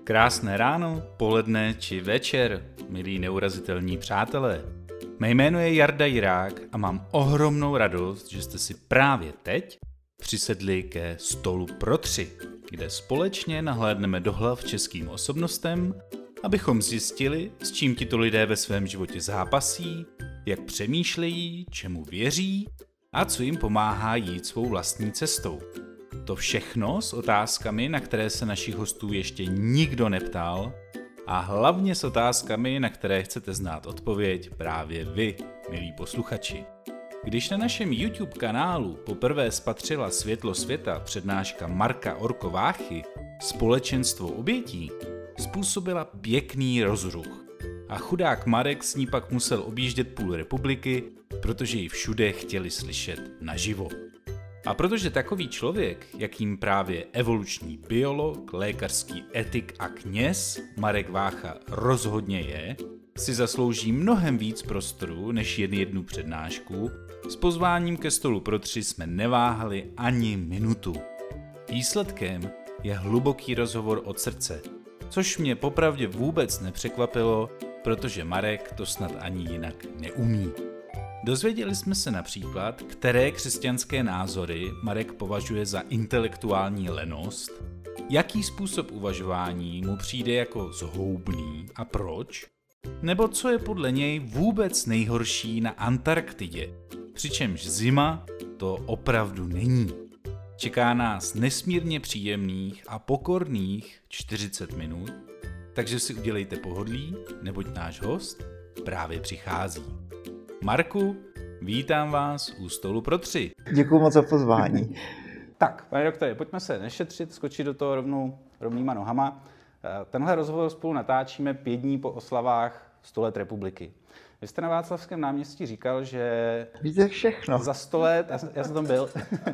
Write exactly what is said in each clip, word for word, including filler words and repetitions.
Krásné ráno, poledne či večer, milí neurazitelní přátelé. Mé jméno je Jarda Jirák a mám ohromnou radost, že jste si právě teď přisedli ke stolu pro tři, kde společně nahlédneme do hlav českým osobnostem, abychom zjistili, s čím tito lidé ve svém životě zápasí, jak přemýšlejí, čemu věří a co jim pomáhá jít svou vlastní cestou. To všechno s otázkami, na které se našich hostů ještě nikdo neptal, a hlavně s otázkami, na které chcete znát odpověď právě vy, milí posluchači. Když na našem YouTube kanálu poprvé spatřila světlo světa přednáška Marka Orko Váchy Společenstvo obětí, způsobila pěkný rozruch. A chudák Marek s ní pak musel objíždět půl republiky, protože ji všude chtěli slyšet naživo. A protože takový člověk, jakým právě evoluční biolog, lékařský etik a kněz Marek Vácha rozhodně je, si zaslouží mnohem víc prostoru než jen jednu přednášku, s pozváním ke stolu pro tři jsme neváhali ani minutu. Výsledkem je hluboký rozhovor od srdce, což mě popravdě vůbec nepřekvapilo, protože Marek to snad ani jinak neumí. Dozvěděli jsme se například, které křesťanské názory Marek považuje za intelektuální lenost, jaký způsob uvažování mu přijde jako zhoubný a proč, nebo co je podle něj vůbec nejhorší na Antarktidě, přičemž zima to opravdu není. Čeká nás nesmírně příjemných a pokorných čtyřicet minut, takže si udělejte pohodlí, neboť náš host právě přichází. Marku, vítám vás u stolu pro tři. Děkuji moc za pozvání. Tak, pane doktore, pojďme se nešetřit, skočit do toho rovnou, rovnýma nohama. Tenhle rozhovor spolu natáčíme pět dní po oslavách sto let republiky. Vy jste na Václavském náměstí říkal, že... Víte všechno. Za sto let, já jsem, já jsem tam byl,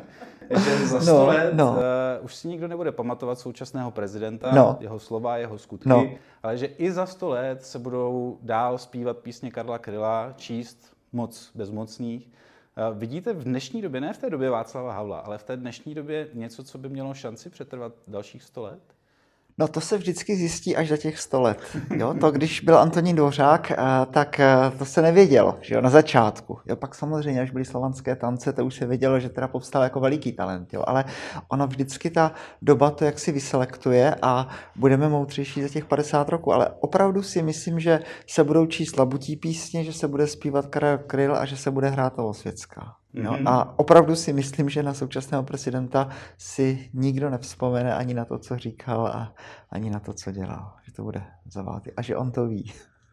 že za sto no, let no. uh, už si nikdo nebude pamatovat současného prezidenta, no. jeho slova, jeho skutky, no. ale že i za sto let se budou dál zpívat písně Karla Kryla, číst Moc bezmocných. Vidíte v dnešní době, ne v té době Václava Havla, ale v té dnešní době něco, co by mělo šanci přetrvat dalších sto let? No to se vždycky zjistí až za těch sto let. Jo? To, když byl Antonín Dvořák, tak to se nevědělo, že jo? Na začátku. Jo? Pak samozřejmě, až byly slovanské tance, to už se vědělo, že teda povstal jako veliký talent. Jo? Ale ono vždycky ta doba to jaksi vyselektuje a budeme moudřejší za těch padesát roků. Ale opravdu si myslím, že se budou číst labutí písně, že se bude zpívat Karel Kryl a že se bude hrát Lovosvětská. Jo? Mm-hmm. A opravdu si myslím, že na současného prezidenta si nikdo nevzpomene ani na to, co říkal a ani na to, co dělal. Že to bude zaváty a že on to ví.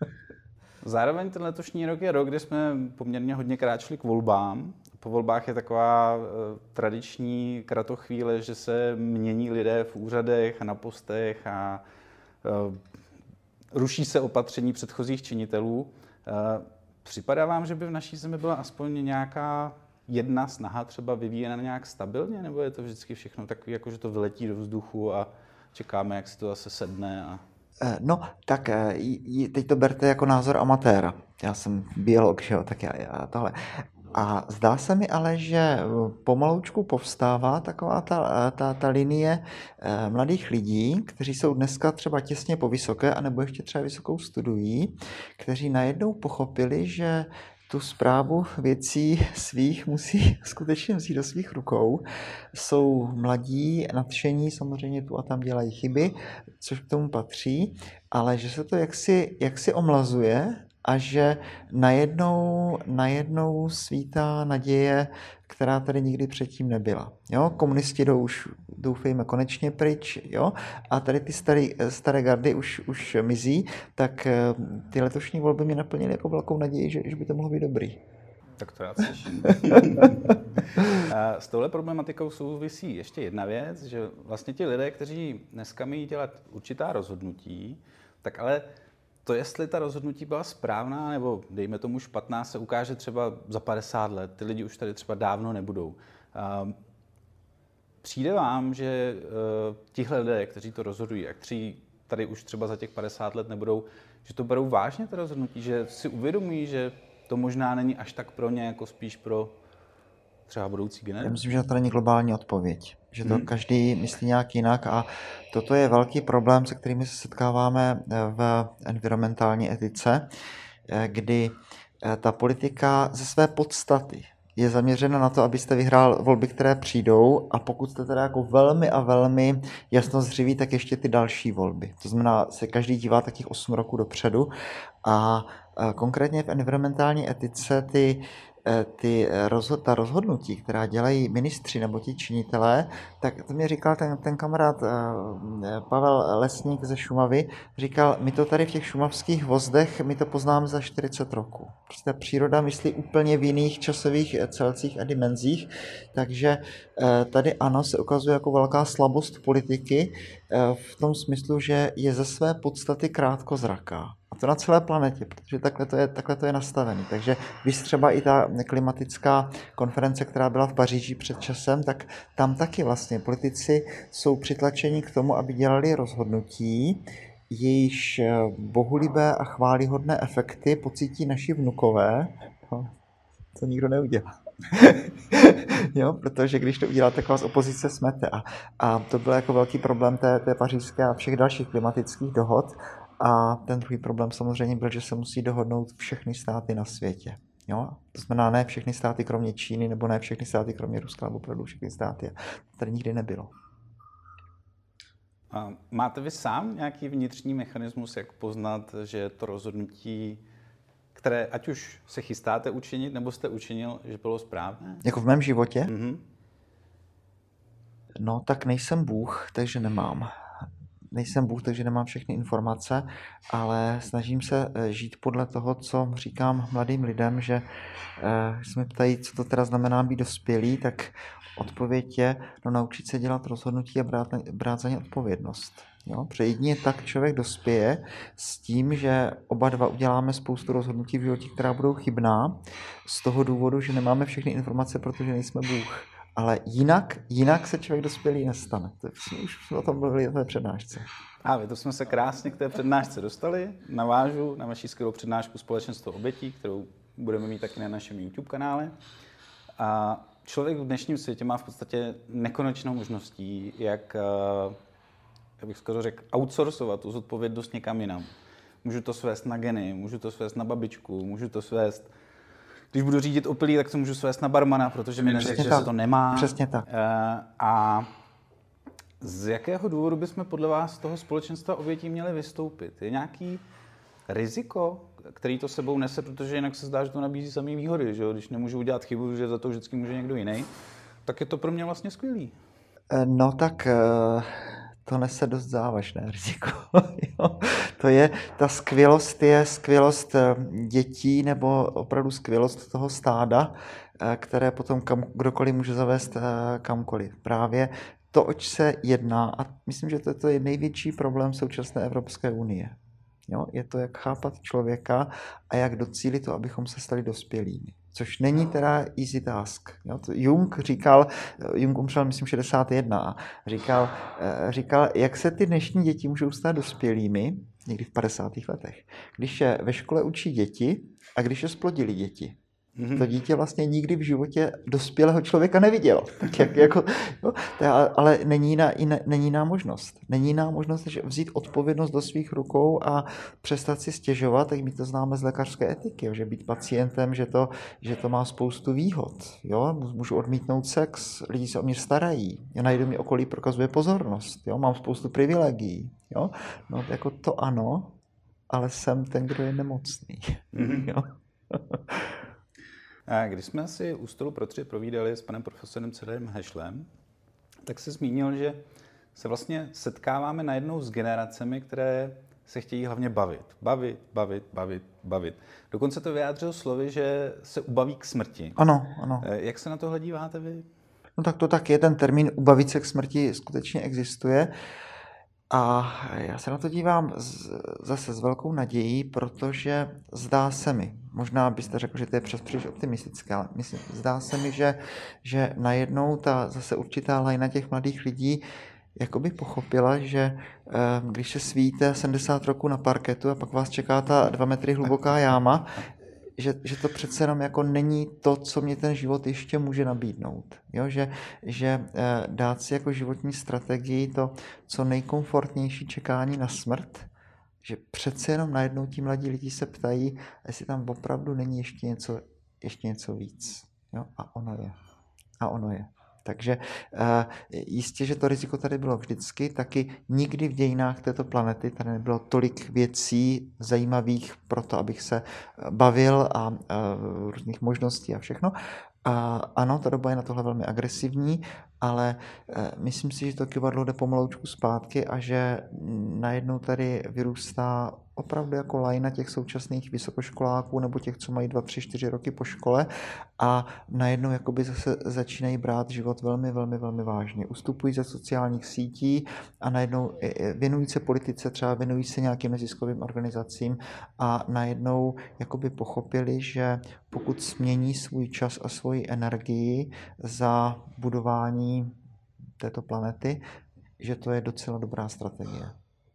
Zároveň ten letošní rok je rok, kdy jsme poměrně hodně kráčeli k volbám. Po volbách je taková uh, tradiční kratochvíle, že se mění lidé v úřadech a na postech a uh, ruší se opatření předchozích činitelů. Uh, připadá vám, že by v naší zemi byla aspoň nějaká jedna snaha třeba vyvíjena nějak stabilně, nebo je to vždycky všechno takový, jako že to vyletí do vzduchu a čekáme, jak si to zase sedne? A... No, tak teď to berte jako názor amatéra. Já jsem biolog, že jo, tak já, já tohle. A zdá se mi ale, že pomaloučku povstává taková ta, ta, ta linie mladých lidí, kteří jsou dneska třeba těsně po vysoké, anebo ještě třeba vysokou studují, kteří najednou pochopili, že tu správu věcí svých musí skutečně vzít do svých rukou. Jsou mladí, nadšení, samozřejmě tu a tam dělají chyby, což k tomu patří, ale že se to jaksi, jaksi omlazuje a že najednou, najednou svítá naděje, která tady nikdy předtím nebyla. Jo? Komunisti jdou už, doufejme, konečně pryč, jo? A tady ty staré, staré gardy už, už mizí, tak ty letošní volby mě naplnily jako velkou naději, že, že by to mohlo být dobrý. Tak to rád slyším. S touhle problematikou souvisí ještě jedna věc, že vlastně ti lidé, kteří dneska mají dělat určitá rozhodnutí, tak ale to, jestli ta rozhodnutí byla správná, nebo dejme tomu špatná, se ukáže třeba za padesát let. Ty lidi už tady třeba dávno nebudou. Přijde vám, že tihle lidé, kteří to rozhodují a kteří tady už třeba za těch padesát let nebudou, že to berou vážně, to rozhodnutí, že si uvědomují, že to možná není až tak pro ně, jako spíš pro třeba budoucí Já generace? myslím, že to není globální odpověď, že to Hmm. každý myslí nějak jinak a toto je velký problém, se kterými se setkáváme v environmentální etice, kdy ta politika ze své podstaty je zaměřena na to, abyste vyhrál volby, které přijdou, a pokud jste teda jako velmi a velmi jasnozřiví, tak ještě ty další volby. To znamená, se každý dívá takých osm roků dopředu a konkrétně v environmentální etice ty ty rozhod, ta rozhodnutí, která dělají ministři nebo ti činitelé, tak to mě říkal ten, ten kamarád Pavel Lesník ze Šumavy, říkal, my to tady v těch šumavských vozdech, my to poznáme za čtyřicet roků. Prostě ta příroda myslí úplně v jiných časových celcích a dimenzích, takže tady ano, se ukazuje jako velká slabost politiky v tom smyslu, že je ze své podstaty krátkozraká. A to na celé planetě, protože takhle to je, takhle to je nastavený. Takže když třeba i ta klimatická konference, která byla v Paříži před časem, tak tam taky vlastně politici jsou přitlačeni k tomu, aby dělali rozhodnutí, jejíž bohulibé a chválihodné efekty pocítí naši vnukové. No, to nikdo neudělá. Jo, protože když to udělá, tak vás opozice smete. A, a to byl jako velký problém té, té pařížské a všech dalších klimatických dohod. A ten druhý problém samozřejmě byl, že se musí dohodnout všechny státy na světě. Jo? To znamená ne všechny státy kromě Číny, nebo ne všechny státy kromě Ruska, nebo opravdu všechny státy. To tady nikdy nebylo. A máte vy sám nějaký vnitřní mechanismus, jak poznat, že to rozhodnutí, které ať už se chystáte učinit, nebo jste učinil, že bylo správné? Jako v mém životě? Mm-hmm. No, tak nejsem Bůh, takže nemám. Nejsem Bůh, takže nemám všechny informace, ale snažím se žít podle toho, co říkám mladým lidem, že když se mi ptají, co to teda znamená být dospělý, tak odpověď je no, naučit se dělat rozhodnutí a brát, brát za ně odpovědnost. Jo? Protože jedině tak člověk dospěje s tím, že oba dva uděláme spoustu rozhodnutí v životě, která budou chybná, z toho důvodu, že nemáme všechny informace, protože nejsme Bůh. Ale jinak, jinak se člověk dospělý nestane. To je, už jsme o tom mluvili v té přednášce. A vy to jsme se krásně k té přednášce dostali. Navážu na vaši skvělou přednášku Společenstvo obětí, kterou budeme mít taky na našem YouTube kanále. A člověk v dnešním světě má v podstatě nekonečnou možností, jak, jak bych skoro řekl, outsourcovat tu zodpovědnost někam jinam. Můžu to svést na geny, můžu to svést na babičku, můžu to svést... Když budu řídit opilí, tak to můžu svést na barmana, protože mi neřekl, že se to nemá. Přesně tak. A z jakého důvodu bychom podle vás z toho společenstva obětí měli vystoupit? Je nějaký riziko, který to sebou nese, protože jinak se zdá, že to nabízí samý výhody, že jo? Když nemůžu udělat chybu, že za to vždycky může někdo jiný, tak je to pro mě vlastně skvělý. No tak... To nese dost závažné riziko. Jo. To je, ta skvělost je skvělost dětí nebo opravdu skvělost toho stáda, které potom kam, kdokoliv může zavést kamkoliv. Právě to, oč se jedná, a myslím, že to je největší problém současné Evropské unie. Jo. Je to, jak chápat člověka a jak docílit to, abychom se stali dospělými. Což není teda easy task. Jo? Jung říkal, Jung umřel, myslím, šedesát jedna, a říkal, říkal, jak se ty dnešní děti můžou stát dospělými, někdy v padesátých letech, když je ve škole učí děti a když je splodili děti. Mm-hmm. To dítě vlastně nikdy v životě dospělého člověka nevidělo. Tak jak, jako, jo, ale není jiná, není jiná možnost. Není jiná možnost, než vzít odpovědnost do svých rukou a přestat si stěžovat, tak my to známe z lékařské etiky, že být pacientem, že to, že to má spoustu výhod. Jo? Můžu odmítnout sex, lidi se o mě starají, najdu mi okolí, prokazuje pozornost, jo? Mám spoustu privilegií. Jo? No, jako to ano, ale jsem ten, kdo je nemocný. Mm-hmm. Jo? Když jsme si u stolu pro tři provídali s panem profesorem Cyrillem Hešlem, tak se zmínil, že se vlastně setkáváme najednou s generacemi, které se chtějí hlavně bavit. Bavit, bavit, bavit, bavit. Dokonce to vyjádřil slovy, že se ubaví k smrti. Ano, ano. Jak se na tohle díváte vy? No tak to tak je, ten termín ubavit se k smrti skutečně existuje. A já se na to dívám z, zase s velkou nadějí, protože zdá se mi, možná byste řekl, že to je přes příliš optimistické, ale myslím, zdá se mi, že, že najednou ta zase určitá lajna těch mladých lidí jakoby pochopila, že když se svíjíte sedmdesát roků na parketu a pak vás čeká ta dva metry hluboká jáma, že, že to přece jenom jako není to, co mě ten život ještě může nabídnout. Jo? Že, že dát si jako životní strategii to co nejkomfortnější čekání na smrt, že přece jenom najednou ti mladí lidi se ptají, jestli tam opravdu není ještě něco, ještě něco víc. Jo? A ono je. A ono je. Takže jistě, že to riziko tady bylo vždycky, taky nikdy v dějinách této planety tady nebylo tolik věcí zajímavých pro to, abych se bavil a, a různých možností a všechno. A ano, ta doba je na tohle velmi agresivní, ale myslím si, že to kyvadlo jde pomaloučku zpátky a že najednou tady vyrůstá opravdu jako lajna těch současných vysokoškoláků nebo těch, co mají dva, tři, čtyři roky po škole a najednou jakoby zase začínají brát život velmi, velmi, velmi vážně. Ustupují ze sociálních sítí a najednou věnují se politice, třeba věnují se nějakým neziskovým organizacím a najednou jakoby pochopili, že pokud smění svůj čas a svoji energii za budování této planety, že to je docela dobrá strategie.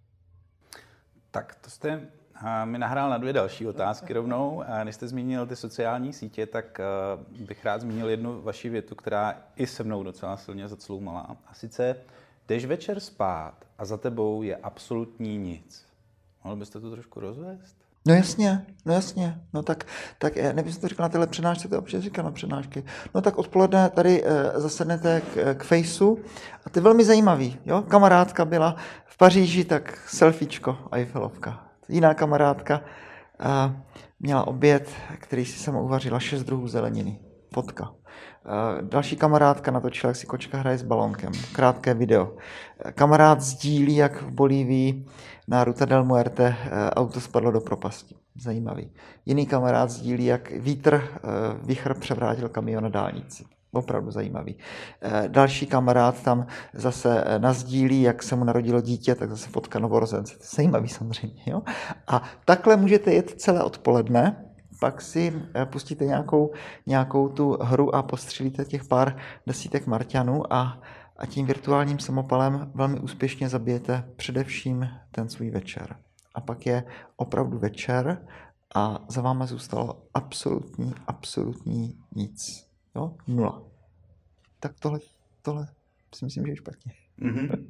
Tak to jste mi nahrál na dvě další otázky rovnou. Když jste zmínil ty sociální sítě, tak bych rád zmínil jednu vaši větu, která i se mnou docela silně zacloumala. A sice, jdeš večer spát a za tebou je absolutní nic. Mohl byste to trošku rozvést? No jasně, no jasně. No tak, tak nevím, to říkal na téhle přednášce, to občas říkal na přednášky. No tak odpoledne tady e, zasednete k, k Fejsu a to je velmi zajímavý. Jo? Kamarádka byla v Paříži, tak selfiečko, Eiffelovka. Jiná kamarádka e, měla oběd, který si sama uvařila, šest druhů zeleniny. Fotka. E, další kamarádka natočila, jak si kočka hraje s balónkem. Krátké video. E, kamarád sdílí, jak v Bolívii na Ruta del Muerte auto spadlo do propasti. Zajímavý. Jiný kamarád sdílí, jak vítr, vichr převrátil kamion na dálnici. Opravdu zajímavý. Další kamarád tam zase nasdílí, jak se mu narodilo dítě, tak zase fotka novorozence. To je zajímavý samozřejmě. Jo? A takhle můžete jet celé odpoledne, pak si pustíte nějakou, nějakou tu hru a postřelíte těch pár desítek Marťanů a a tím virtuálním samopalem velmi úspěšně zabijete především ten svůj večer. A pak je opravdu večer a za váma zůstalo absolutní, absolutní nic. Jo? Nula. Tak tohle, tohle si myslím, že je špatně. Mm-hmm.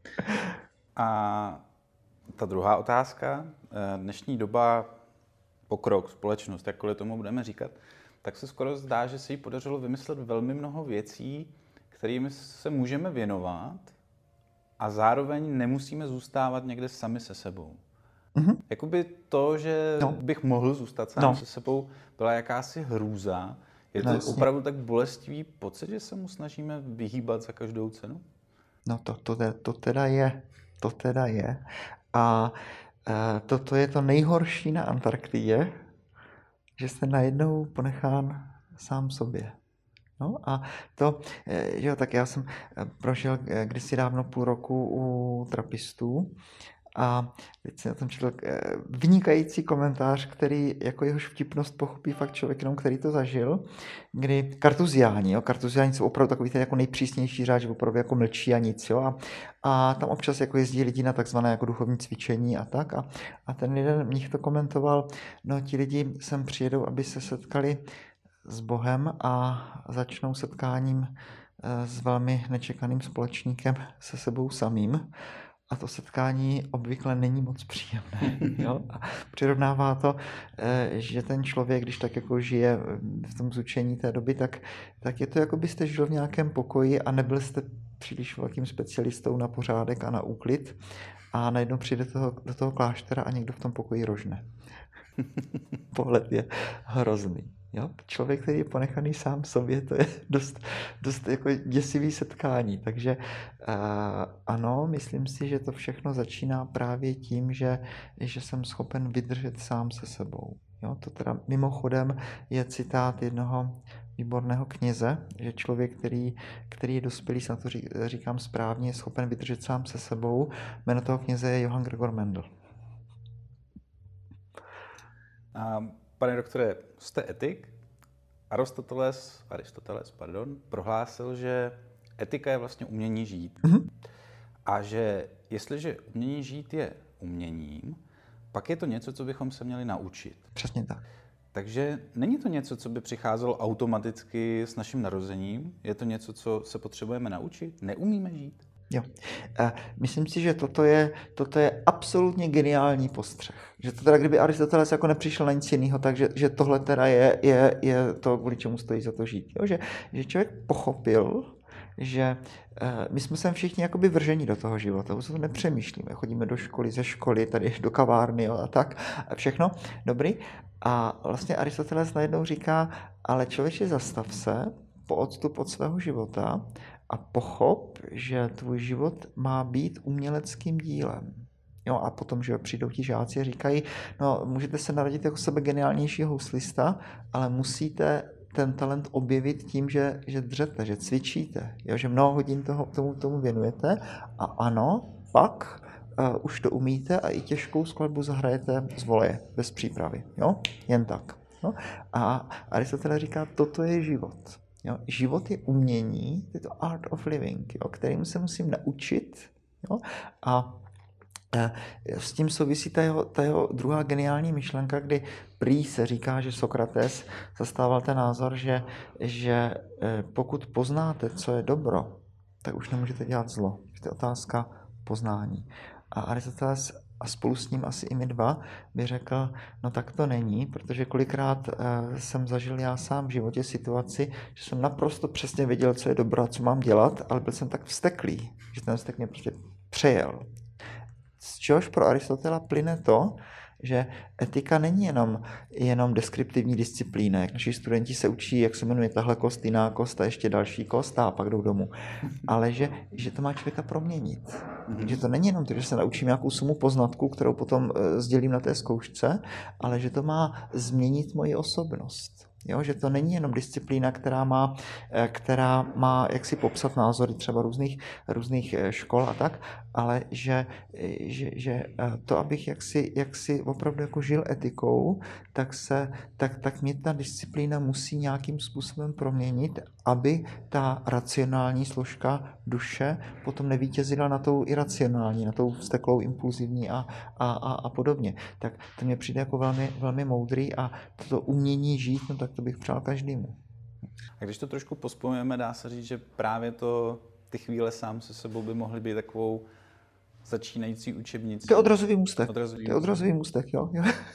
A ta druhá otázka, dnešní doba, pokrok, společnost, jakkoliv tomu budeme říkat, tak se skoro zdá, že se jí podařilo vymyslet velmi mnoho věcí, kterými se můžeme věnovat a zároveň nemusíme zůstávat někde sami se sebou. Mm-hmm. Jakoby to, že no. bych mohl zůstat sám no. se sebou, byla jakási hrůza. Je to no, opravdu tak bolestivý pocit, že se mu snažíme vyhýbat za každou cenu? No to, to, to teda je. To teda je. A e, to, to je to nejhorší na Antarktidě, že jste najednou ponechán sám sobě. No a to, že jo, tak já jsem prožil kdysi dávno půl roku u trapistů a teď jsem na tom četl vynikající komentář, který jako jehož vtipnost pochopí fakt člověk jenom, který to zažil, kdy kartuziáni, jo, kartuziáni jsou opravdu takový ten jako nejpřísnější řád, že opravdu jako mlčí a nic, jo, a, a tam občas jako jezdí lidi na takzvané jako duchovní cvičení a tak a, a ten jeden mnich to komentoval, no ti lidi sem přijedou, aby se setkali s Bohem a začnou setkáním s velmi nečekaným společníkem se sebou samým. A to setkání obvykle není moc příjemné. Jo? A přirovnává to, že ten člověk, když tak jako žije v tom zučení té doby, tak, tak je to, jako byste žil v nějakém pokoji a nebyl jste příliš velkým specialistou na pořádek a na úklid a najednou přijde toho, do toho kláštera a někdo v tom pokoji rožne. Pohled je hrozný. Jo? Člověk, který je ponechaný sám sobě, to je dost, dost jako děsivý setkání. Takže uh, ano, myslím si, že to všechno začíná právě tím, že, že jsem schopen vydržet sám se sebou. Jo? To teda mimochodem je citát jednoho výborného kněze, že člověk, který, který je dospělý, na to říkám správně, je schopen vydržet sám se sebou. Jméno toho kněze je Johann Gregor Mendel. A pane doktore, jste etik. Aristoteles, Aristoteles pardon, prohlásil, že etika je vlastně umění žít. Mm-hmm. A že jestliže umění žít je uměním, pak je to něco, co bychom se měli naučit. Přesně tak. Takže není to něco, co by přicházelo automaticky s naším narozením? Je to něco, co se potřebujeme naučit? Neumíme žít? Jo. Myslím si, že toto je, toto je absolutně geniální postřeh. Že to teda, kdyby Aristoteles jako nepřišel na nic jiného, takže že tohle teda je, je, je to, kvůli čemu stojí za to žít. Jo? Že, že člověk pochopil, že my jsme sem všichni jakoby vrženi do toho života, už to nepřemýšlíme, chodíme do školy, ze školy, tady do kavárny, jo, a tak, a všechno, dobrý. A vlastně Aristoteles najednou říká, ale člověče, zastav se po odstup od svého života a pochop, že tvůj život má být uměleckým dílem. Jo, a potom, že přijdou ti žáci a říkají, no můžete se narodit jako sebe geniálnějšího houslista, ale musíte ten talent objevit tím, že, že dřete, že cvičíte, jo, že mnoho hodin toho, tomu, tomu věnujete a ano, pak uh, už to umíte a i těžkou skladbu zahrajete z voleje, bez přípravy, jo, jen tak. Jo. A Aristoteles říká, toto je život. Jo. Život je umění, je to art of living, jo, kterým se musím naučit, jo, a s tím souvisí ta jeho, ta jeho druhá geniální myšlenka, kdy prý se říká, že Sokrates zastával ten názor, že, že pokud poznáte, co je dobro, tak už nemůžete dělat zlo. To je otázka poznání. A Aristoteles a spolu s ním asi i my dva by řekl, no tak to není, protože kolikrát jsem zažil já sám v životě situaci, že jsem naprosto přesně věděl, co je dobro a co mám dělat, ale byl jsem tak vzteklý, že ten vztek mě prostě přejel. Z čehož pro Aristotela plyne to, že etika není jenom, jenom deskriptivní disciplína. Jak naši studenti se učí, jak se jmenuje tahle kost, jiná kost a ještě další kost a pak jdou domů. Ale že, že to má člověka proměnit. Mm-hmm. Že to není jenom to, že se naučím nějakou sumu poznatků, kterou potom sdělím na té zkoušce, ale že to má změnit moji osobnost. Jo, že to není jenom disciplína, která má, která má jak si popsat názory třeba různých, různých škol a tak, ale že, že, že to, abych jaksi, jaksi opravdu jako žil etikou, tak, se, tak, tak mě ta disciplína musí nějakým způsobem proměnit, aby ta racionální složka duše potom nevítězila na tou iracionální, na tou vzteklou, impulzivní a, a, a, a podobně. Tak to mě přijde jako velmi, velmi moudrý a toto umění žít, no tak to bych přál každému. A když to trošku pospomněme, dá se říct, že právě to, ty chvíle sám se sebou by mohly být takovou začínající učebnicí. To je odrazový můstek. Odrazový to je odrazový můstek, jo.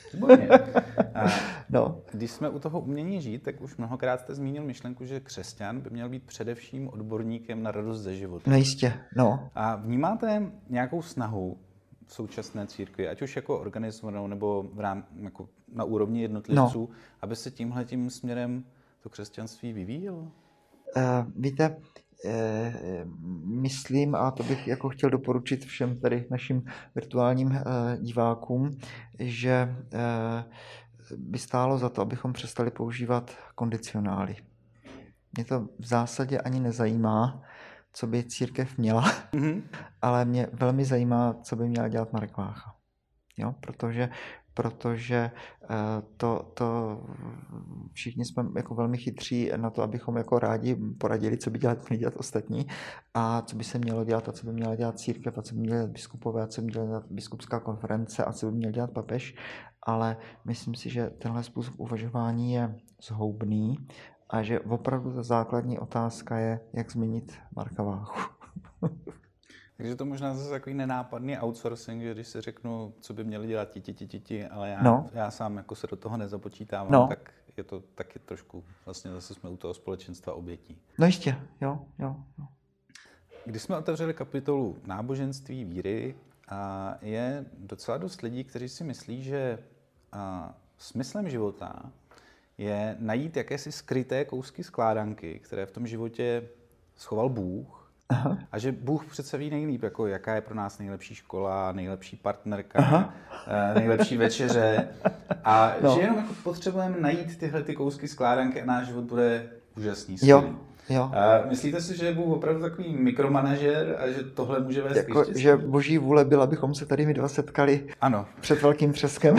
A no. Když jsme u toho umění žít, tak už mnohokrát jste zmínil myšlenku, že křesťan by měl být především odborníkem na radost ze života. No jistě, no. A vnímáte nějakou snahu v současné církvi, ať už jako organizovanou nebo v rám, jako na úrovni jednotlivců, no. aby se tímhletím směrem to křesťanství vyvíjelo? Uh, víte, myslím, a to bych jako chtěl doporučit všem tady našim virtuálním divákům, že by stálo za to, abychom přestali používat kondicionály. Mě to v zásadě ani nezajímá, co by církev měla, mm-hmm. ale mě velmi zajímá, co by měla dělat Marek Vácha. Jo? Protože protože to, to všichni jsme jako velmi chytří na to, abychom jako rádi poradili, co by dělat, měli dělat ostatní a co by se mělo dělat a co by měla dělat církev a co by měla dělat biskupové a co by měla dělat biskupská konference a co by měl dělat papež, ale myslím si, že tenhle způsob uvažování je zhoubný a že opravdu ta základní otázka je, jak změnit Marka Váchu. Takže to možná zase takový nenápadný outsourcing, že když si řeknu, co by měli dělat ti, ti, ti, ti, ti ale já, no. já sám jako se do toho nezapočítávám, no. tak je to taky trošku, vlastně zase jsme u toho společenstva obětí. No jistě, jo, jo. jo. Když jsme otevřeli kapitolu náboženství, víry, je docela dost lidí, kteří si myslí, že smyslem života je najít jakési skryté kousky skládanky, které v tom životě schoval Bůh. Aha. A že Bůh přece ví nejlíp, jako jaká je pro nás nejlepší škola, nejlepší partnerka, Aha. nejlepší večeře. A no. že jenom jako potřebujeme najít tyhle ty kousky skládanky a náš život bude úžasný. Jo. Jo. A myslíte si, že je Bůh opravdu takový mikromanažer a že tohle může vést jako, k že boží vůle byla, abychom se tady my dva setkali ano. před velkým třeskem?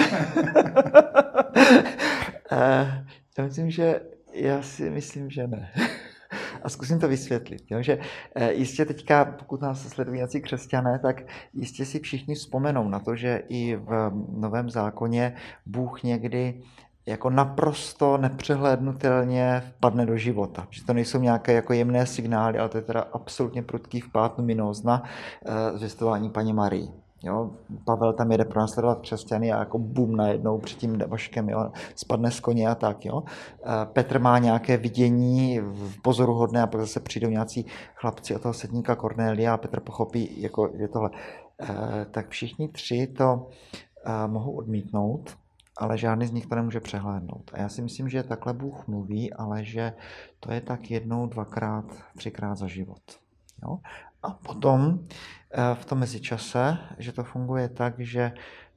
Já myslím, že já si myslím, že ne. A zkusím to vysvětlit. Jo? Že jistě teďka, pokud nás sledují nějací křesťané, tak jistě si všichni vzpomenou na to, že i v Novém zákoně Bůh někdy jako naprosto nepřehlédnutelně vpadne do života. Že to nejsou nějaké jako jemné signály, ale to je teda absolutně prudký vpád numinózna uh, zvěstování paní Marii. Jo, Pavel tam jede pronásledovat křesťany a jako bum najednou před tím vaškem, jo, spadne z koně a tak. Jo. Petr má nějaké vidění pozoruhodné a pak zase přijdou nějací chlapci od toho setníka Kornélia a Petr pochopí, jako je tohle. Tak všichni tři to mohou odmítnout, ale žádný z nich to nemůže přehlédnout. A já si myslím, že takhle Bůh mluví, ale že to je tak jednou, dvakrát, třikrát za život. Jo. A potom v tom mezičase, že to funguje tak, že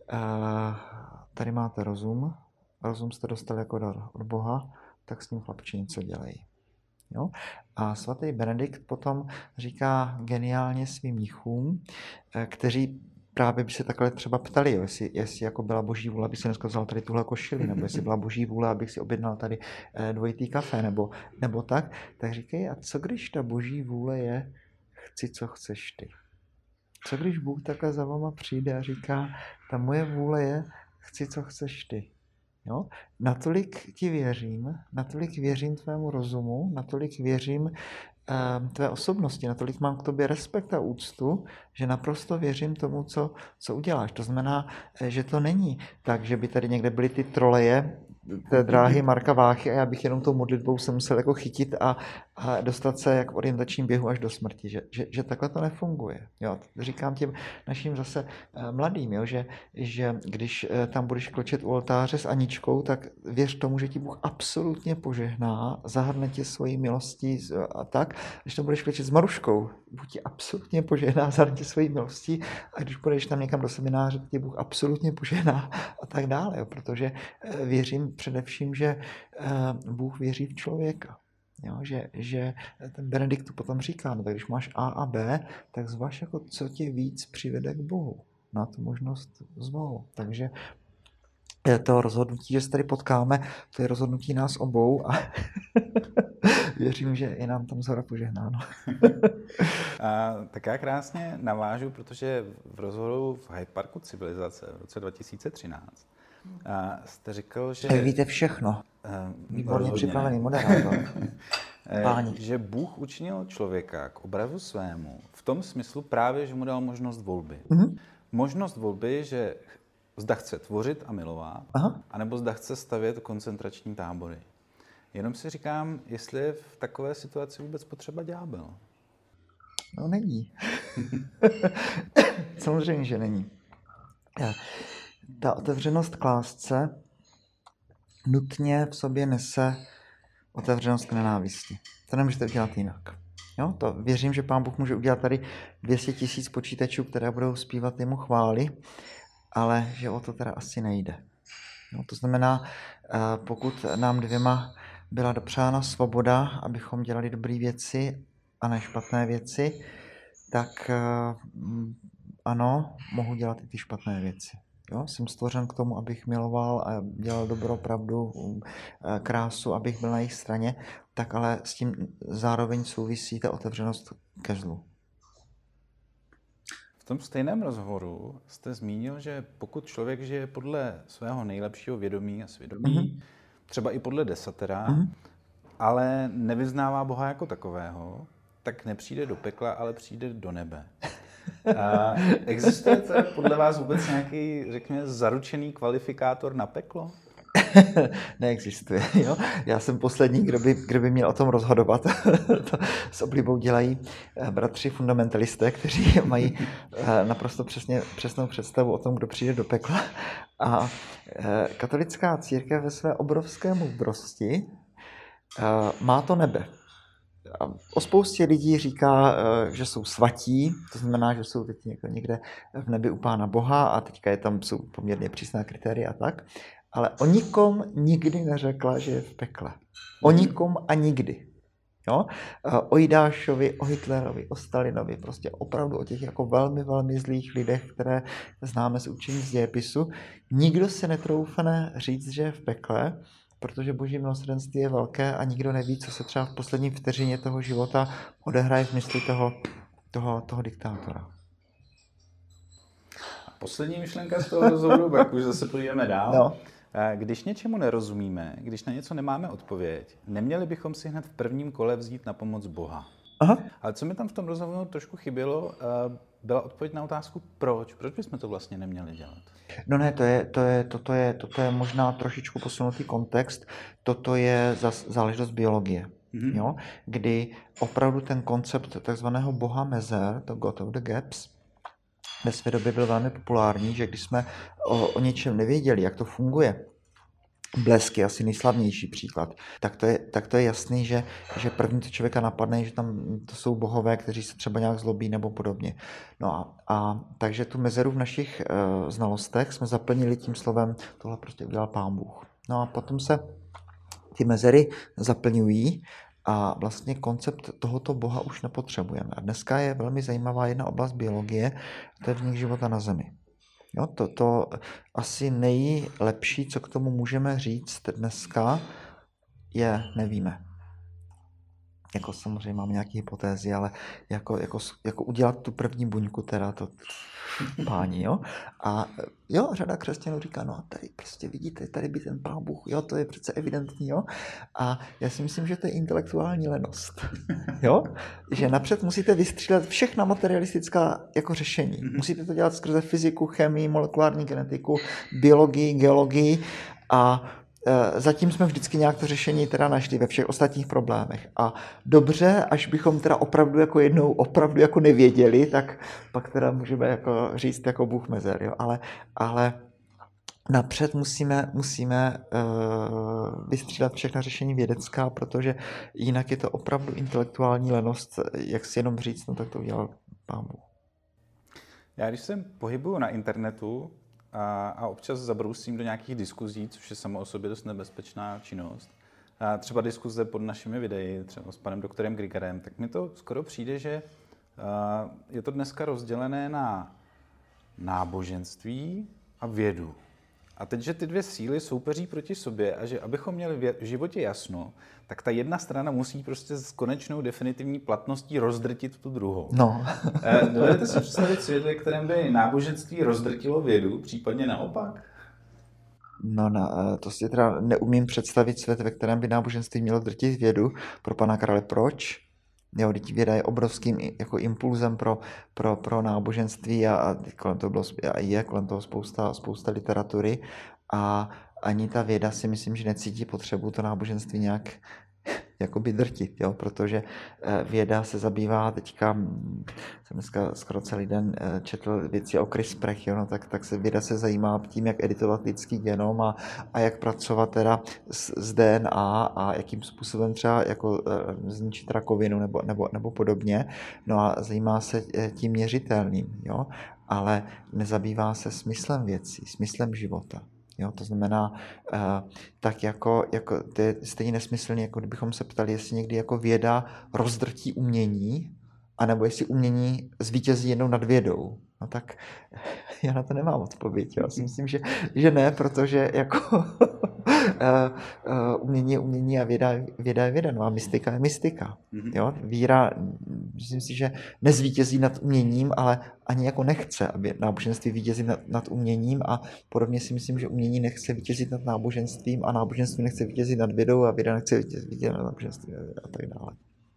tady máte rozum, rozum jste dostali jako dar od Boha, tak s tím chlapči něco dělají. Jo? A svatý Benedikt potom říká geniálně svým mnichům, kteří právě by se takhle třeba ptali, jo, jestli, jestli jako byla boží vůle, aby si dneska vzal tady tuhle košili, nebo jestli byla boží vůle, abych si objednal tady dvojitý kafe, nebo, nebo tak, tak říkají, a co když ta boží vůle je, chci, co chceš ty. Co když Bůh takhle za váma přijde a říká, ta moje vůle je, chci, co chceš ty. Jo? Natolik ti věřím, natolik věřím tvému rozumu, natolik věřím eh, tvé osobnosti, natolik mám k tobě respekt a úctu, že naprosto věřím tomu, co, co uděláš. To znamená, že to není tak, že by tady někde byly ty troleje té dráhy Marka Váchy a já bych jenom tou modlitbou se musel jako chytit a, a dostat se jak v orientačním běhu až do smrti, že, že, že takhle to nefunguje. Jo, říkám těm našim zase mladým, jo, že, že když tam budeš kločet u oltáře s Aničkou, tak věř tomu, že ti Bůh absolutně požehná, zahrne tě svojí milostí a tak. Když tam budeš kločet s Maruškou, Bůh ti absolutně požehná, zahrne tě svojí milostí a když půjdeš tam někam do semináře, tak ti Bůh absolutně požehná a tak dále, jo, protože věřím především, že Bůh věří v člověka. Jo, že, že ten Benedikt potom říká, no tak když máš A a B, tak zvaž, jako, co tě víc přivede k Bohu. Na tu možnost zvol. Takže to rozhodnutí, že se tady potkáme, to je rozhodnutí nás obou a věřím, že je nám tam zhora požehnáno. A, tak já krásně navážu, protože v rozhovoru v Hyde Parku Civilizace v roce dva tisíce třináct a jste řekl, že... Vy víte všechno. Výborně připravený moderátor. Páni. Že Bůh učinil člověka k obrazu svému v tom smyslu právě, že mu dal možnost volby. Mm-hmm. Možnost volby, že zda chce tvořit a milovat, aha, anebo zda chce stavět koncentrační tábory. Jenom si říkám, jestli je v takové situaci vůbec potřeba ďábel. No není. Samozřejmě, že není. Ta otevřenost k lásce nutně v sobě nese otevřenost k nenávisti. To nemůžete udělat jinak. Jo? To věřím, že Pán Bůh může udělat tady dvě stě tisíc počítačů, které budou zpívat jemu chvály, ale že o to teda asi nejde. Jo? To znamená, pokud nám dvěma byla dopřána svoboda, abychom dělali dobré věci a ne špatné věci, tak ano, mohu dělat i ty špatné věci. Jo, jsem stvořen k tomu, abych miloval a dělal dobro, pravdu, krásu, abych byl na jejich straně, tak ale s tím zároveň souvisí ta otevřenost ke zlu. V tom stejném rozhovoru jste zmínil, že pokud člověk žije podle svého nejlepšího vědomí a svědomí, mm-hmm. třeba i podle desatera, mm-hmm. ale nevyznává Boha jako takového, tak nepřijde do pekla, ale přijde do nebe. A existuje to podle vás vůbec nějaký, řekněme, zaručený kvalifikátor na peklo? Neexistuje. Jo? Já jsem poslední, kdo by, kdo by měl o tom rozhodovat. To s oblibou dělají bratři fundamentalisté, kteří mají naprosto přesně, přesnou představu o tom, kdo přijde do pekla. A katolická církev ve své obrovské moudrosti má to nebe. O spoustě lidí říká, že jsou svatí, to znamená, že jsou teď někde v nebi u Pána Boha a teďka je tam jsou poměrně přísná kritéria a tak, ale o nikom nikdy neřekla, že je v pekle. O nikom a nikdy. Jo? O Jidášovi, o Hitlerovi, o Stalinovi, prostě opravdu o těch jako velmi, velmi zlých lidech, které známe z učení z dějepisu. Nikdo se netroufne říct, že je v pekle, protože boží milosrdenství je velké a nikdo neví, co se třeba v poslední vteřině toho života odehraje v mysli toho, toho, toho diktátora. A poslední myšlenka z toho rozhovoru, pak už zase půjdeme dál. No. Když něčemu nerozumíme, když na něco nemáme odpověď, neměli bychom si hned v prvním kole vzít na pomoc Boha. Aha. Ale co mi tam v tom rozhovoru trošku chybělo, byla odpověď na otázku proč. Proč bychom to vlastně neměli dělat? No ne, to je, to je, toto, je, toto je možná trošičku posunutý kontext. Toto je zas záležitost biologie. Mm-hmm. Jo? Kdy opravdu ten koncept takzvaného boha mezer, to God of the Gaps, ve své době byl velmi populární, že když jsme o, o něčem nevěděli, jak to funguje, Blesk je asi nejslavnější příklad, tak to je, tak to je jasný, že, že první to člověka napadne, že tam to jsou bohové, kteří se třeba nějak zlobí nebo podobně. No a, a takže tu mezeru v našich uh, znalostech jsme zaplnili tím slovem, tohle prostě udělal Pán Bůh. No a potom se ty mezery zaplňují a vlastně koncept tohoto boha už nepotřebujeme. A dneska je velmi zajímavá jedna oblast biologie, to je vznik života na Zemi. Jo, to, to asi nejlepší, co k tomu můžeme říct dneska, je nevíme. Jako samozřejmě mám nějaké hypotézy, ale jako, jako, jako udělat tu první buňku, teda to páni, jo. A jo, řada křesťanů říká, no a tady prostě vidíte, tady by ten Pán Bůh, jo, to je přece evidentní, jo. A já si myslím, že to je intelektuální lenost, jo. Že napřed musíte vystřílet všechna materialistická jako řešení. Musíte to dělat skrze fyziku, chemii, molekulární genetiku, biologii, geologii a zatím jsme vždycky nějak to řešení teda našli ve všech ostatních problémech. A dobře, až bychom teda opravdu jako jednou opravdu jako nevěděli, tak pak teda můžeme jako říct jako Bůh mezer, jo. Ale, ale napřed musíme, musíme uh, vystřídat všechna řešení vědecká, protože jinak je to opravdu intelektuální lenost, jak si jenom říct, no tak to udělal Pán Bůh. Já když se pohybuju na internetu, A, a občas zabrousím do nějakých diskuzí, což je samo o sobě dost nebezpečná činnost. A třeba diskuze pod našimi videi, třeba s panem doktorem Grigarem, tak mi to skoro přijde, že je to dneska rozdělené na náboženství a vědu. A teď, že ty dvě síly soupeří proti sobě a že abychom měli v životě jasno, tak ta jedna strana musí prostě s konečnou definitivní platností rozdrtit tu druhou. No. Dovedete si představit svět, ve kterém by náboženství rozdrtilo vědu, případně naopak? No, no, to si teda neumím představit svět, ve kterém by náboženství mělo drtit vědu. Pro pana krále proč? Jo, teď věda je obrovským jako impulzem pro, pro, pro náboženství a, a kolem toho bylo, a je kolem toho spousta, spousta literatury a ani ta věda si myslím, že necítí potřebu to náboženství nějak jakoby drtit, jo, protože věda se zabývá teďka, jsem dneska skoro celý den četl věci o CRISPRech, jo, no, tak, tak se věda se zajímá tím, jak editovat lidský genom a, a jak pracovat teda s, s D N A a jakým způsobem třeba jako zničit rakovinu nebo, nebo, nebo podobně, no a zajímá se tím měřitelným, jo, ale nezabývá se smyslem věcí, smyslem života. Jo, to znamená, uh, tak jako, jako to je stejně nesmyslný, jako kdybychom se ptali, jestli někdy jako věda rozdrtí umění, anebo jestli umění zvítězí jednou nad vědou. No tak já na to nemám odpověď. Já si myslím, že, že ne, protože jako uh, uh, umění je umění a věda, věda je věda, no a mystika je mystika. Jo? Víra, myslím si, že nezvítězí nad uměním, ale ani jako nechce, aby náboženství vítězí nad, nad uměním a podobně si myslím, že umění nechce vítězit nad náboženstvím a náboženství nechce vítězit nad vědou a věda nechce vítězit nad náboženstvím a tak dále.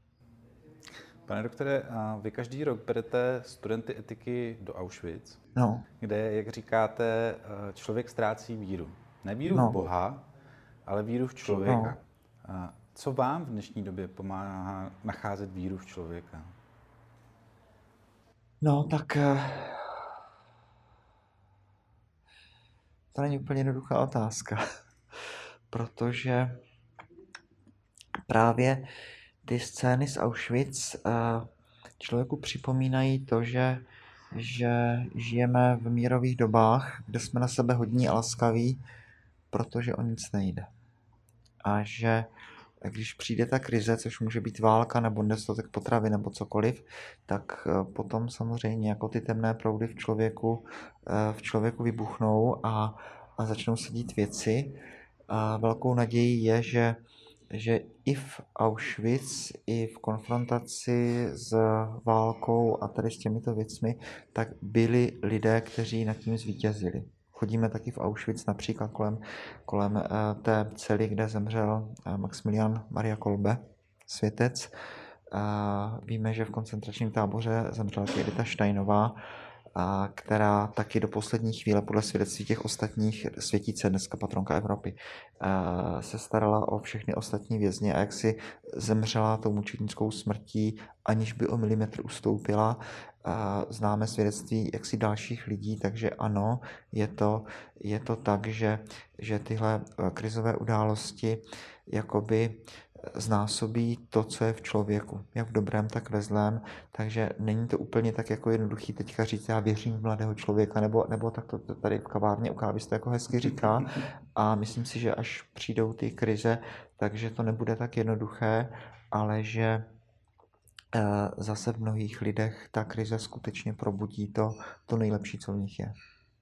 Pane doktore, vy každý rok berete studenty etiky do Auschwitz, no. kde, jak říkáte, člověk ztrácí víru. Ne víru no. v Boha, ale víru v člověka. No. Co vám v dnešní době pomáhá nacházet víru v člověka? No, tak to není úplně jednoduchá otázka, protože právě ty scény z Auschwitz člověku připomínají to, že, že žijeme v mírových dobách, kde jsme na sebe hodní a laskaví, protože o nic nejde. A že když přijde ta krize, což může být válka nebo nedostatek potravy nebo cokoliv, tak potom samozřejmě jako ty temné proudy v člověku, v člověku vybuchnou a, a začnou se dít věci. A velkou nadějí je, že že i v Auschwitz, i v konfrontaci s válkou a tady s těmito věcmi, tak byli lidé, kteří nad tím zvítězili. chodíme taky v Auschwitz, například kolem, kolem té cely, kde zemřel Maximilian Maria Kolbe, světec. Víme, že v koncentračním táboře zemřela taky Edita Steinová, která taky do poslední chvíle, podle svědectví těch ostatních, Světice, dneska patronka Evropy, se starala o všechny ostatní vězně a jak si zemřela tou mučednickou smrtí, aniž by o milimetr ustoupila. Známe svědectví jaksi dalších lidí, takže ano, je to, je to tak, že, že tyhle krizové události jakoby znásobí to, co je v člověku, jak v dobrém, tak ve zlém, takže není to úplně tak jako jednoduchý teďka říct, já věřím v mladého člověka, nebo, nebo tak to tady v kavárně u kávy se to jako hezky říká a myslím si, že až přijdou ty krize, takže to nebude tak jednoduché, ale že zase v mnohých lidech ta krize skutečně probudí to, to nejlepší, co v nich je.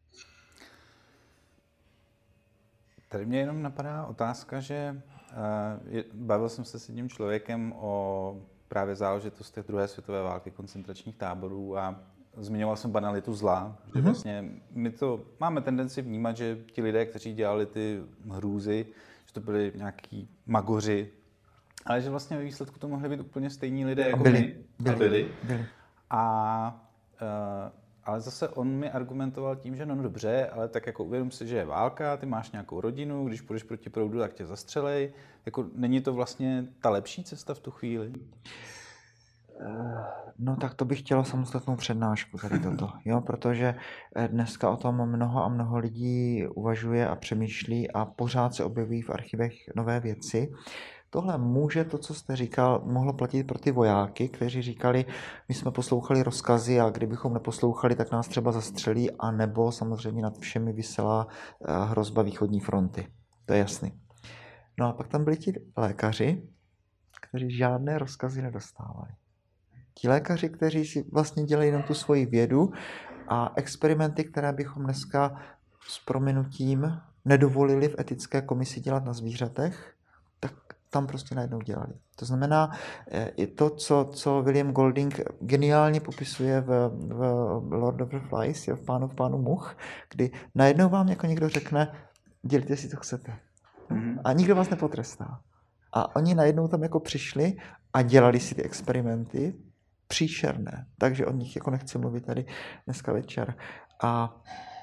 Tady mě jenom napadá otázka, že uh, bavil jsem se s jedním člověkem o právě záležitostech druhé světové války, koncentračních táborů a zmiňoval jsem banalitu zla, že mm-hmm. vlastně my to máme tendenci vnímat, že ti lidé, kteří dělali ty hrůzy, že to byli nějaký magoři, ale že vlastně ve výsledku to mohli být úplně stejní lidé jako byli, my. byli, a byli. byli. A, uh, ale zase on mi argumentoval tím, že no, no dobře, ale tak jako uvědom si, že je válka, ty máš nějakou rodinu, když půjdeš proti proudu, tak tě zastřelej. Jako není to vlastně ta lepší cesta v tu chvíli? No tak to bych chtěla samostatnou přednášku tady toto, jo, protože dneska o tom mnoho a mnoho lidí uvažuje a přemýšlí a pořád se objevují v archivech nové věci. Tohle může, to, co jste říkal, mohlo platit pro ty vojáky, kteří říkali, my jsme poslouchali rozkazy a kdybychom neposlouchali, tak nás třeba zastřelí, a nebo samozřejmě nad všemi visela hrozba východní fronty. To je jasný. No a pak tam byli ti lékaři, kteří žádné rozkazy nedostávali. Ti lékaři, kteří si vlastně dělají jenom tu svoji vědu a experimenty, které bychom dneska s prominutím nedovolili v etické komisi dělat na zvířatech, tak tam prostě najednou dělali. To znamená, i to, co, co William Golding geniálně popisuje v, v Lord of the Flies, v Pánu v pánu much, kdy najednou vám jako někdo řekne, dělíte si, co chcete. Mm-hmm. A nikdo vás nepotrestá. A oni najednou tam jako přišli a dělali si ty experimenty příšerné. Takže o nich jako nechci mluvit tady dneska večer. A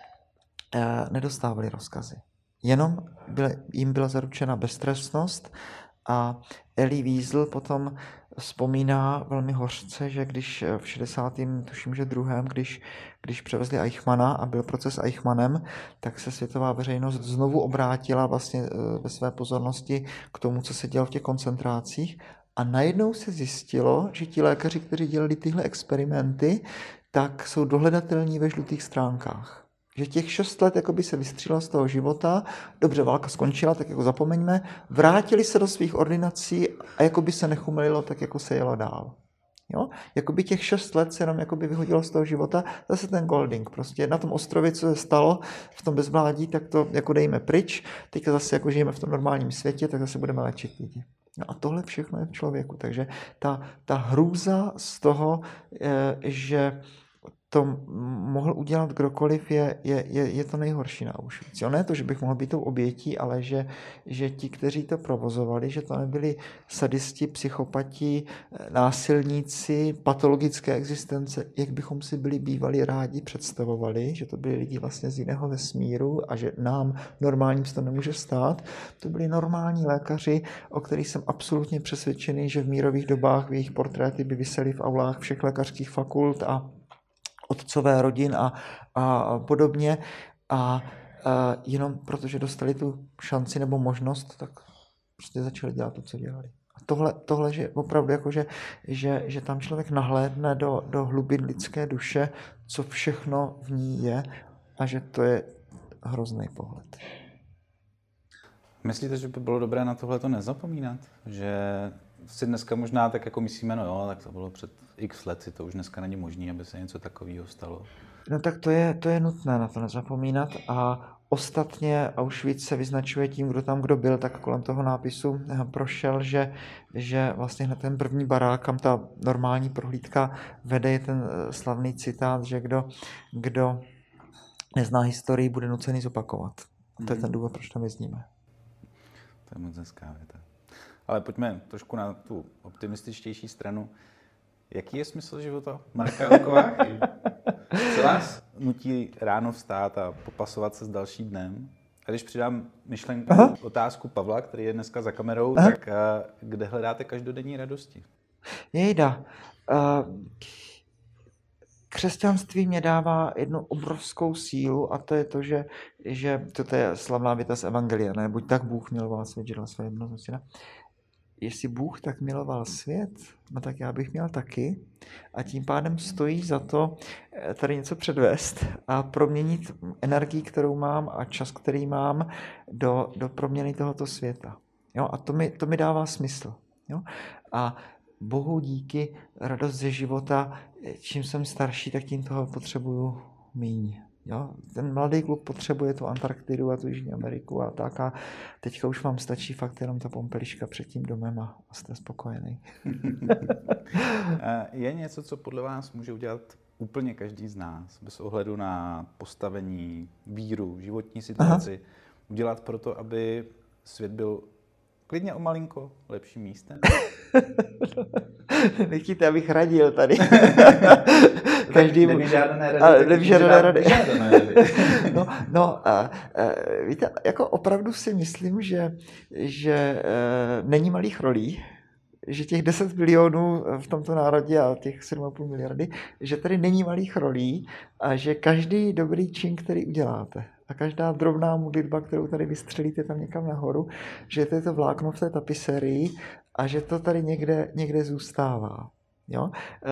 e, nedostávali rozkazy. Jenom byly, jim byla zaručena beztrestnost a Elie Wiesel potom vzpomíná velmi hořce, že když v šedesátém tuším, že druhém, když, když převezli Eichmanna a byl proces Eichmannem, tak se světová veřejnost znovu obrátila vlastně ve své pozornosti k tomu, co se dělo v těch koncentrácích. A najednou se zjistilo, že ti lékaři, kteří dělali tyhle experimenty, tak jsou dohledatelní ve žlutých stránkách. Že těch šest let jakoby se vystřílelo z toho života, dobře, válka skončila, tak jako zapomeňme, vrátili se do svých ordinací a jakoby se nechumelilo, tak jako se jelo dál. Jo? Jakoby těch šest let se jenom jakoby vyhodilo z toho života, zase ten Golding. Prostě na tom ostrově, co se stalo v tom bezvládí, tak to jako dejme pryč, teďka zase jako žijeme v tom normálním světě, tak zase budeme léčit lidi. No a tohle všechno je v člověku, takže ta, ta hrůza z toho, že to mohl udělat kdokoliv, je, je, je, je to nejhorší na Auschwitz. Jo, ne to, že bych mohl být tou obětí, ale že, že ti, kteří to provozovali, že to nebyli sadisti, psychopati, násilníci, patologické existence, jak bychom si byli bývali rádi představovali, že to byli lidi vlastně z jiného vesmíru a že nám normálním se to nemůže stát. To byli normální lékaři, o kterých jsem absolutně přesvědčený, že v mírových dobách v jejich portréty by visely v aulách všech lékařských fakult a otcové rodin a, a podobně a, a jenom protože dostali tu šanci nebo možnost, tak prostě začali dělat to, co dělali. A tohle, tohle že opravdu jako, že, že, že tam člověk nahlédne do, do hlubin lidské duše, co všechno v ní je a že to je hrozný pohled. Myslíte, že by bylo dobré na tohle to nezapomínat? Že si dneska možná tak jako myslíme, no jo, tak to bylo před x lety, to už dneska není možné, aby se něco takového stalo. No tak to je, to je nutné na to nezapomínat a ostatně Auschwitz se vyznačuje tím, kdo tam kdo byl, tak kolem toho nápisu prošel, že, že vlastně hned ten první barák, kam ta normální prohlídka vede, je ten slavný citát, že kdo, kdo nezná historii, bude nucený zopakovat. A to je ten důvod, proč tam jezdíme. To je moc hezká věta. Ale pojďme trošku na tu optimističtější stranu. Jaký je smysl života Marka Kováchy? Co vás nutí ráno vstát a popasovat se s dalším dnem? A když přidám myšlenku, Aha. otázku Pavla, který je dneska za kamerou, Aha. tak a, kde hledáte každodenní radosti? Jejda. Uh, křesťanství mě dává jednu obrovskou sílu a to je to, že, že to je slavná věta z Evangelia, ne? Buď tak Bůh miloval svět, že dal své jednoho syna. Jestli Bůh tak miloval svět, no tak já bych měl taky a tím pádem stojí za to tady něco předvést a proměnit energii, kterou mám a čas, který mám do, do proměny tohoto světa. Jo? A to mi, to mi dává smysl. Jo? A Bohu díky, radost ze života, čím jsem starší, tak tím toho potřebuju míň. Jo? Ten mladý kluk potřebuje tu Antarktidu a tu Jižní Ameriku a tak a teďka už vám stačí fakt jenom ta pompeliška před tím domem a jste spokojený. Je něco, co podle vás může udělat úplně každý z nás, bez ohledu na postavení, víru, životní situaci, Aha. udělat proto, aby svět byl klidně o malinko lepším místem? Nechtíte, abych radil tady. Každý nevyžádané rady. Nevyžádané rady. no, no a, a, víte, jako opravdu si myslím, že, že e, není malých rolí, že těch deset milionů v tomto národě a těch sedm a půl miliardy, že tady není malých rolí a že každý dobrý čin, který uděláte, a každá drobná modlitba, kterou tady vystřelíte tam někam nahoru, že to je to vlákno v té tapisérii a že to tady někde, někde zůstává. Jo?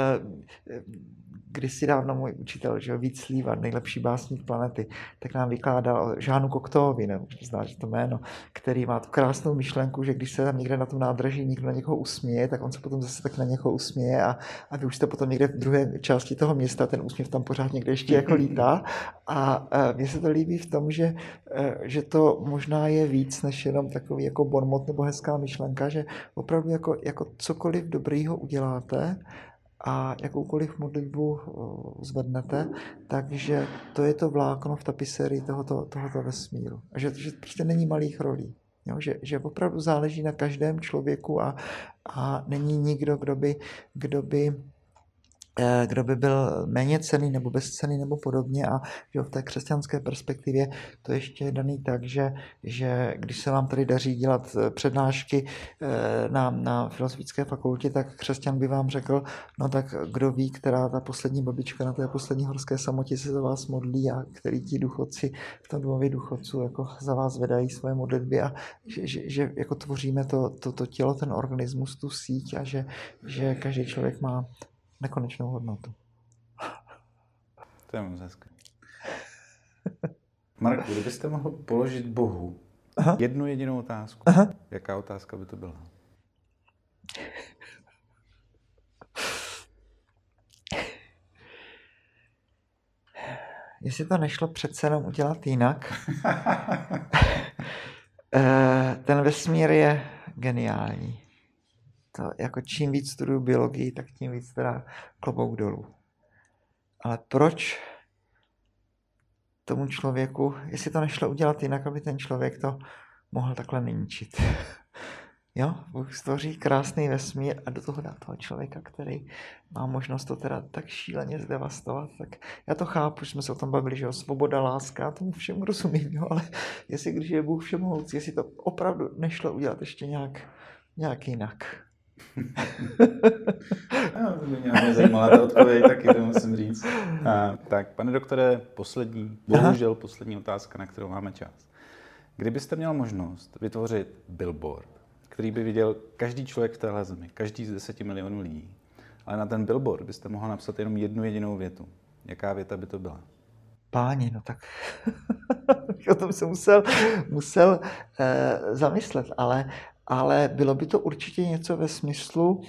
Kdysi dávno můj učitel, že Vít Slíva, nejlepší básník planety, tak nám vykládal o Žánu Cocteauovi, ne, znáš to jméno, který má tu krásnou myšlenku, že když se tam někde na tom nádraží někdo na někoho usměje, tak on se potom zase tak na někoho usměje a, a vy už jste potom někde v druhé části toho města, ten úsměv tam pořád někde ještě jako lítá. A, a mně se to líbí v tom, že, že to možná je víc než jenom takový jako bonmot nebo hezká myšlenka, že opravdu jako, jako cokoliv dobrýho uděláte, a jakoukoliv modlitbu zvednete, takže to je to vlákno v tapisérii tohoto, tohoto vesmíru. A že, že prostě není malých rolí. Jo? Že, že opravdu záleží na každém člověku a, a není nikdo, kdo by, kdo by kdo by byl méně cenný nebo bezcenný nebo podobně a že v té křesťanské perspektivě to ještě je daný tak, že, že když se vám tady daří dělat přednášky na, na filozofické fakultě, tak křesťan by vám řekl, no tak kdo ví, která ta poslední babička na té poslední horské samotě se za vás modlí a který ti důchodci v tom domově důchodců jako za vás vedají svoje modlitby a že, že, že jako tvoříme to, to, to tělo, ten organismus, tu síť a že, že každý člověk má nekonečnou hodnotu. To je moc hezké. Marku, kdybyste mohl položit Bohu Aha. jednu jedinou otázku, Aha. jaká otázka by to byla? Jestli to nešlo přece jenom udělat jinak. Ten vesmír je geniální. To, jako čím víc studuju biologii, tak tím víc teda klobouk dolů. Ale proč tomu člověku, jestli to nešlo udělat jinak, aby ten člověk to mohl takhle ničit. Jo, Bůh stvoří krásný vesmír a do toho dá toho člověka, který má možnost to teda tak šíleně zdevastovat. Tak já to chápu, že jsme se o tom bavili, že jo, svoboda, láska, tomu všemu rozumím, jo, ale jestli když je Bůh všemohoucí, jestli to opravdu nešlo udělat ještě nějak, nějak jinak. No, to by mě zajímala ta odpověď, taky to musím říct. A, tak, pane doktore, poslední, bohužel poslední otázka, na kterou máme čas. Kdybyste měl možnost vytvořit billboard, který by viděl každý člověk v téhle zemi, každý z deseti milionů lidí, ale na ten billboard byste mohl napsat jenom jednu jedinou větu. Jaká věta by to byla? Páni, no tak o tom jsem musel, musel eh, zamyslet, ale Ale bylo by to určitě něco ve smyslu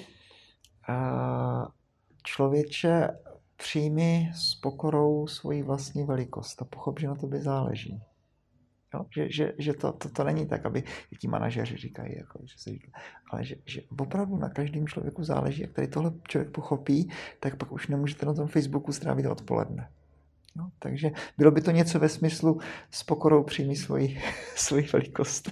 člověče, přijmi s pokorou svoji vlastní velikost a pochop, že na tobě záleží. Jo? Že, že, že to, to, to není tak, aby ti manažeři říkají, jako, že se, ale že, že opravdu na každém člověku záleží, jak tady tohle člověk pochopí, tak pak už nemůžete na tom Facebooku strávit odpoledne. No, takže bylo by to něco ve smyslu s pokorou přijmi svoji, svoji velikost.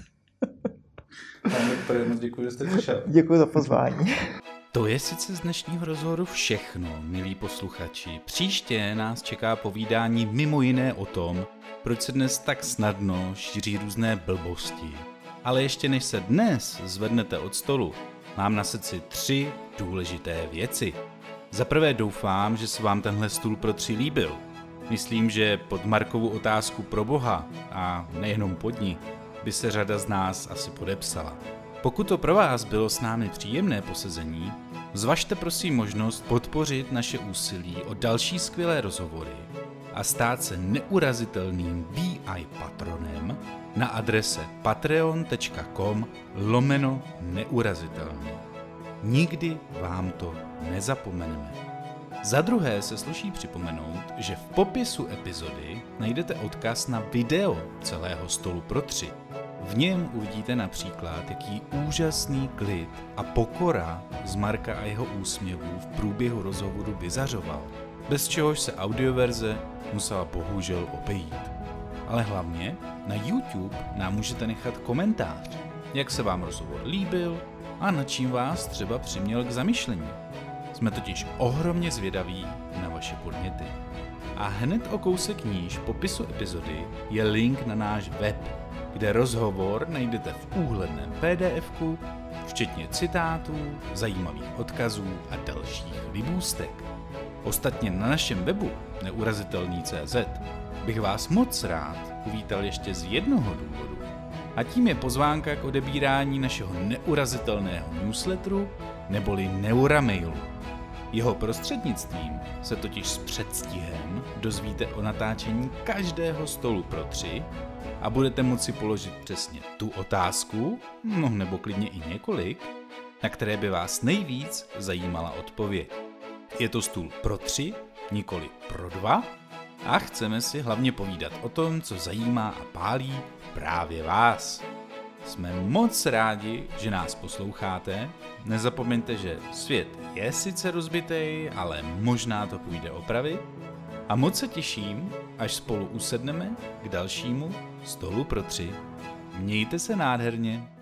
Pane doktore, moc děkuji, že jste přišel. Děkuji za pozvání. To je sice z dnešního rozhovoru všechno, milí posluchači. Příště nás čeká povídání mimo jiné o tom, proč se dnes tak snadno šíří různé blbosti. Ale ještě než se dnes zvednete od stolu, mám na srdci tři důležité věci. Za prvé doufám, že se vám tenhle stůl pro tři líbil. Myslím, že pod Markovu otázku pro Boha, a nejenom pod ní, by se řada z nás asi podepsala. Pokud to pro vás bylo s námi příjemné posezení, zvažte prosím možnost podpořit naše úsilí o další skvělé rozhovory a stát se neurazitelným V I patronem na adrese patreon.com lomeno neurazitelný. Nikdy vám to nezapomeneme. Za druhé se sluší připomenout, že v popisu epizody najdete odkaz na video celého stolu pro tři. V něm uvidíte například, jaký úžasný klid a pokora z Marka a jeho úsměvů v průběhu rozhovoru vyzařoval, bez čehož se audioverze musela bohužel obejít. Ale hlavně na YouTube nám můžete nechat komentář, jak se vám rozhovor líbil a na čím vás třeba přiměl k zamyšlení. Jsme totiž ohromně zvědaví na vaše podněty. A hned o kousek níž v popisu epizody je link na náš web, kde rozhovor najdete v úhledném P D F ku, včetně citátů, zajímavých odkazů a dalších libůstek. Ostatně na našem webu neurazitelný tečka cé zet bych vás moc rád uvítal ještě z jednoho důvodu. A tím je pozvánka k odebírání našeho neurazitelného newsletteru neboli Neuramailu. Jeho prostřednictvím se totiž s předstihem dozvíte o natáčení každého stolu pro tři a budete moci položit přesně tu otázku, no nebo klidně i několik, na které by vás nejvíc zajímala odpověď. Je to stůl pro tři, nikoli pro dva a chceme si hlavně povídat o tom, co zajímá a pálí právě vás. Jsme moc rádi, že nás posloucháte. Nezapomeňte, že svět je sice rozbitej, ale možná to půjde opravit. A moc se těším, až spolu usedneme k dalšímu stolu pro tři. Mějte se nádherně.